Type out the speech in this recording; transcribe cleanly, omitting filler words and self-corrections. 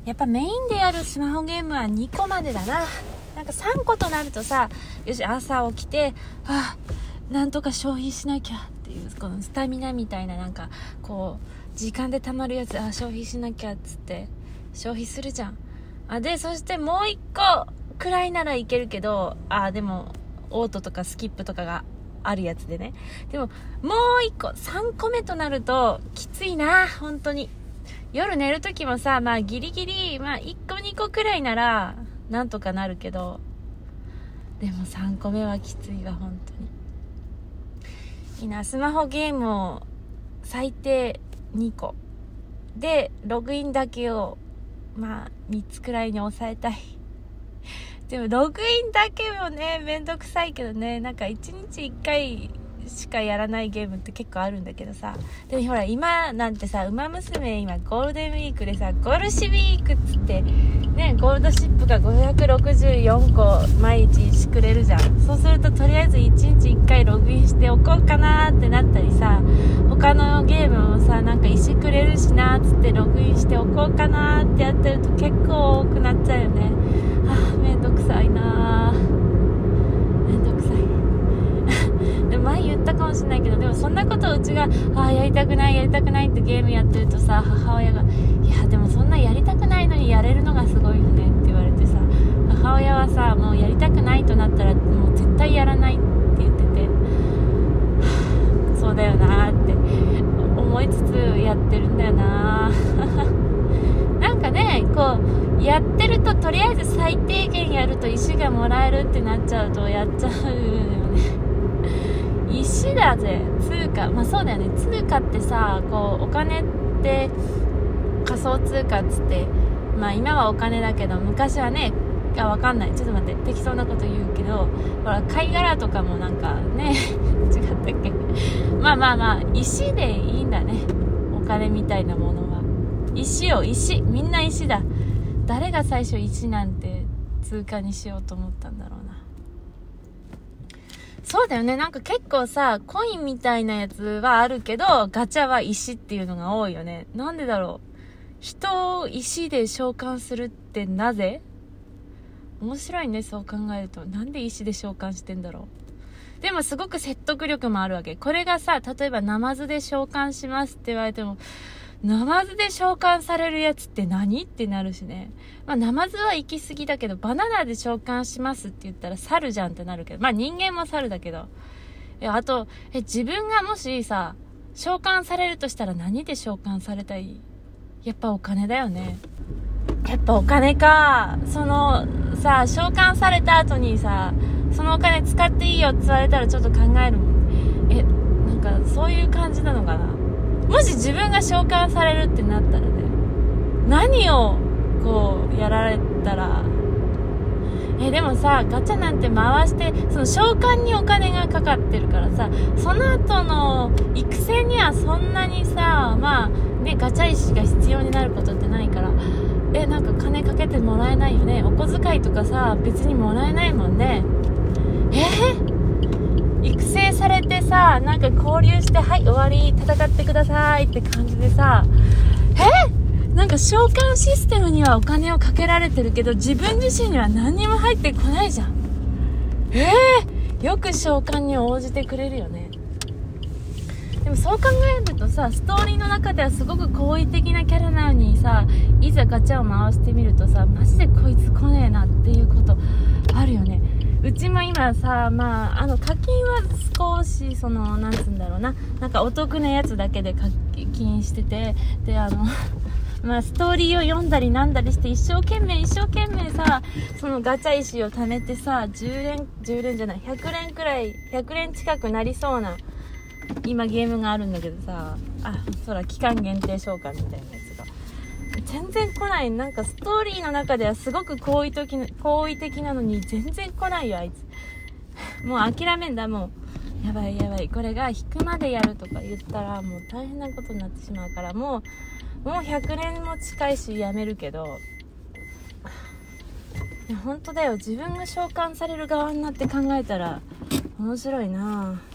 やっぱメインでやるスマホゲームは2個までだな。なんか3個となるとさ、よし朝起きてなんとか消費しなきゃっていうこのスタミナみたいな、なんかこう時間で溜まるやつ、消費しなきゃっつって消費するじゃん。でそしてもう1個くらいならいけるけど、でもオートとかスキップとかがあるやつでね。でももう1個3個目となるときついな。本当に夜寝るときもさ、ギリギリ1個2個くらいならなんとかなるけど、でも3個目はきついわ。本当にいいな。スマホゲームを最低2個でログインだけを3つくらいに抑えたい。でもログインだけもねめんどくさいけどね、なんか1日1回しかやらないゲームって結構あるんだけどさ。でもほら今なんてさ、ウマ娘今ゴールデンウィークでさ、ゴルシウィークっつってね、ゴールドシップが564個毎日石くれるじゃん。そうするととりあえず1日1回ログインしておこうかなってなったりさ、他のゲームもさなんか石くれるしなっつってログインしておこうかなってやってると結構多くなっちゃうよね。めんどくさいな。めんどくさいでも前言ったかもしれないけど、でもそんなことうちがやりたくないってゲームやってるとさ、母親がいやでもそんなやりたくないのにやれるのがすごいよねって言われてさ、母親はさもうやりたくないとなったらもう絶対やらないって言ってて、そうだよなって思いつつやってるんだよななんかねこうやってるととりあえず最低限やると石がもらえるってなっちゃうとやっちゃうよね石だぜ、通貨。そうだよね、通貨ってさ、こうお金って仮想通貨っつって、今はお金だけど昔はね、わかんない、ちょっと待って、適当なこと言うけど、ほら貝殻とかもなんかね違ったっけ石でいいんだね、お金みたいなものは。石、みんな石だ。誰が最初石なんて通貨にしようと思ったんだろうな。そうだよね、なんか結構さコインみたいなやつはあるけどガチャは石っていうのが多いよね。なんでだろう、人を石で召喚するってなぜ？面白いね、そう考えると。なんで石で召喚してんだろう。でもすごく説得力もあるわけ。これがさ、例えばナマズで召喚しますって言われても、ナマズで召喚されるやつって何ってなるしね。ナマズは行き過ぎだけど、バナナで召喚しますって言ったら猿じゃんってなるけど、人間も猿だけど、あと自分がもしさ召喚されるとしたら何で召喚されたい？やっぱお金だよね。やっぱお金か。そのさ召喚された後にさ、そのお金使っていいよって言われたらちょっと考えるもん。なんかそういう感じなのかな。もし自分が召喚されるってなったらね、何をこうやられたら、でもさガチャなんて回して、その召喚にお金がかかってるからさ、その後の育成にはそんなにさガチャ石が必要になることってないから、なんか金かけてもらえないよね。お小遣いとかさ別にもらえないもんね。育成されてさ、なんか交流して、はい終わり、戦ってくださいって感じでさ、なんか召喚システムにはお金をかけられてるけど自分自身には何にも入ってこないじゃん。よく召喚に応じてくれるよね。でもそう考えるとさ、ストーリーの中ではすごく好意的なキャラなのにさ、いざガチャを回してみるとさ、マジでこいつ来ねえなっていうことあるよね。うちも今さ、課金は少しなんつうんだろうな、なんかお得なやつだけで課金してて、でストーリーを読んだりなんだりして一生懸命さ、そのガチャ石を貯めてさ、10連じゃない100連くらい、100連近くなりそうな今ゲームがあるんだけどさ、期間限定召喚みたいなやつが全然来ない。なんかストーリーの中ではすごく好意的なのに全然来ないよあいつ。もう諦めんだ。もうやばい、これが引くまでやるとか言ったらもう大変なことになってしまうから、もう100年も近いしやめるけど、本当だよ、自分が召喚される側になって考えたら面白いな。